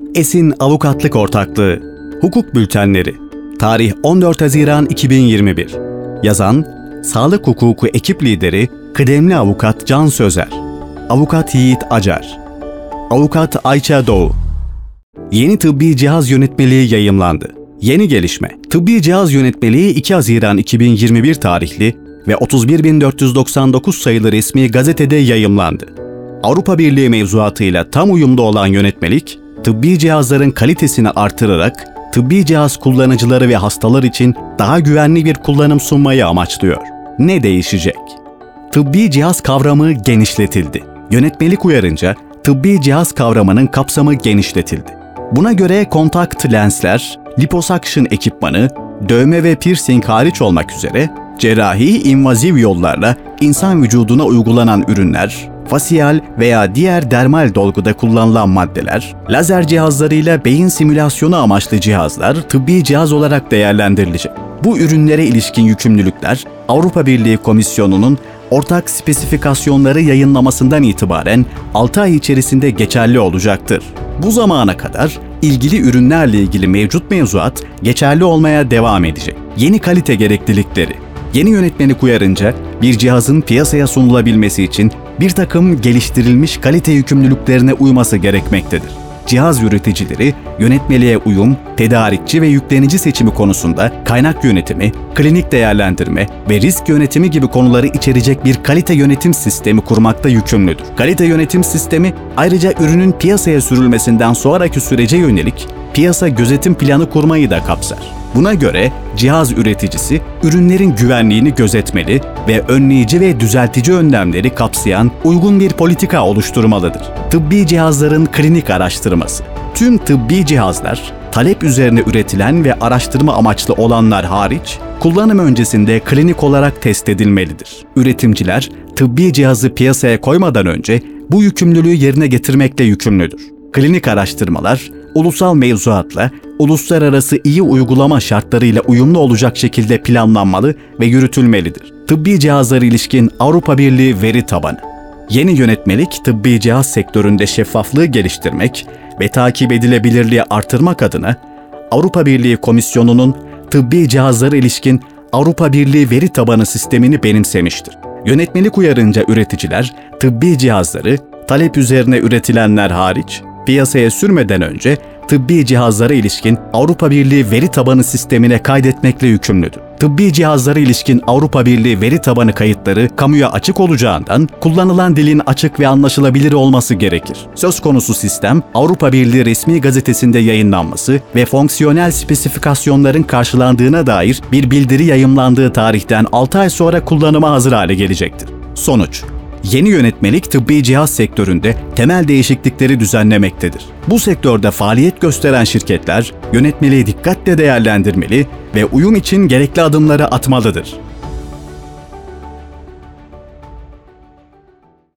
Esin Avukatlık Ortaklığı Hukuk Bültenleri Tarih 14 Haziran 2021 Yazan Sağlık Hukuku Ekip Lideri Kıdemli Avukat Can Sözer, Avukat Yiğit Acar, Avukat Ayça Doğu. Yeni tıbbi cihaz yönetmeliği yayımlandı. Yeni gelişme, tıbbi cihaz yönetmeliği 2 Haziran 2021 tarihli ve 31.499 sayılı resmi gazetede yayımlandı. Avrupa Birliği mevzuatıyla tam uyumlu olan yönetmelik, tıbbi cihazların kalitesini artırarak tıbbi cihaz kullanıcıları ve hastalar için daha güvenli bir kullanım sunmayı amaçlıyor. Ne değişecek? Tıbbi cihaz kavramı genişletildi. Yönetmelik uyarınca tıbbi cihaz kavramının kapsamı genişletildi. Buna göre kontakt lensler, liposuction ekipmanı, dövme ve piercing hariç olmak üzere cerrahi invaziv yollarla insan vücuduna uygulanan ürünler, fasiyal veya diğer dermal dolguda kullanılan maddeler, lazer cihazlarıyla beyin simülasyonu amaçlı cihazlar tıbbi cihaz olarak değerlendirilecek. Bu ürünlere ilişkin yükümlülükler Avrupa Birliği Komisyonu'nun ortak spesifikasyonları yayınlamasından itibaren 6 ay içerisinde geçerli olacaktır. Bu zamana kadar ilgili ürünlerle ilgili mevcut mevzuat geçerli olmaya devam edecek. Yeni kalite gereklilikleri. Yeni yönetmelik uyarınca bir cihazın piyasaya sunulabilmesi için bir takım geliştirilmiş kalite yükümlülüklerine uyması gerekmektedir. Cihaz üreticileri, yönetmeliğe uyum, tedarikçi ve yüklenici seçimi konusunda kaynak yönetimi, klinik değerlendirme ve risk yönetimi gibi konuları içerecek bir kalite yönetim sistemi kurmakta yükümlüdür. Kalite yönetim sistemi ayrıca ürünün piyasaya sürülmesinden sonraki sürece yönelik piyasa gözetim planı kurmayı da kapsar. Buna göre cihaz üreticisi ürünlerin güvenliğini gözetmeli ve önleyici ve düzeltici önlemleri kapsayan uygun bir politika oluşturmalıdır. Tıbbi cihazların klinik araştırması. Tüm tıbbi cihazlar, talep üzerine üretilen ve araştırma amaçlı olanlar hariç, kullanım öncesinde klinik olarak test edilmelidir. Üretimciler, tıbbi cihazı piyasaya koymadan önce bu yükümlülüğü yerine getirmekle yükümlüdür. Klinik araştırmalar, ulusal mevzuatla, uluslararası iyi uygulama şartlarıyla uyumlu olacak şekilde planlanmalı ve yürütülmelidir. Tıbbi cihazlara ilişkin Avrupa Birliği veri tabanı. Yeni yönetmelik, tıbbi cihaz sektöründe şeffaflığı geliştirmek ve takip edilebilirliği artırmak adına Avrupa Birliği Komisyonu'nun tıbbi cihazlara ilişkin Avrupa Birliği veri tabanı sistemini benimsemiştir. Yönetmelik uyarınca üreticiler, tıbbi cihazları, talep üzerine üretilenler hariç, piyasaya sürmeden önce tıbbi cihazlara ilişkin Avrupa Birliği veri tabanı sistemine kaydetmekle yükümlüdür. Tıbbi cihazlara ilişkin Avrupa Birliği veri tabanı kayıtları kamuya açık olacağından kullanılan dilin açık ve anlaşılabilir olması gerekir. Söz konusu sistem Avrupa Birliği resmi gazetesinde yayınlanması ve fonksiyonel spesifikasyonların karşılandığına dair bir bildiri yayımlandığı tarihten 6 ay sonra kullanıma hazır hale gelecektir. Sonuç: yeni yönetmelik tıbbi cihaz sektöründe temel değişiklikleri düzenlemektedir. Bu sektörde faaliyet gösteren şirketler yönetmeliği dikkatle değerlendirmeli ve uyum için gerekli adımları atmalıdır.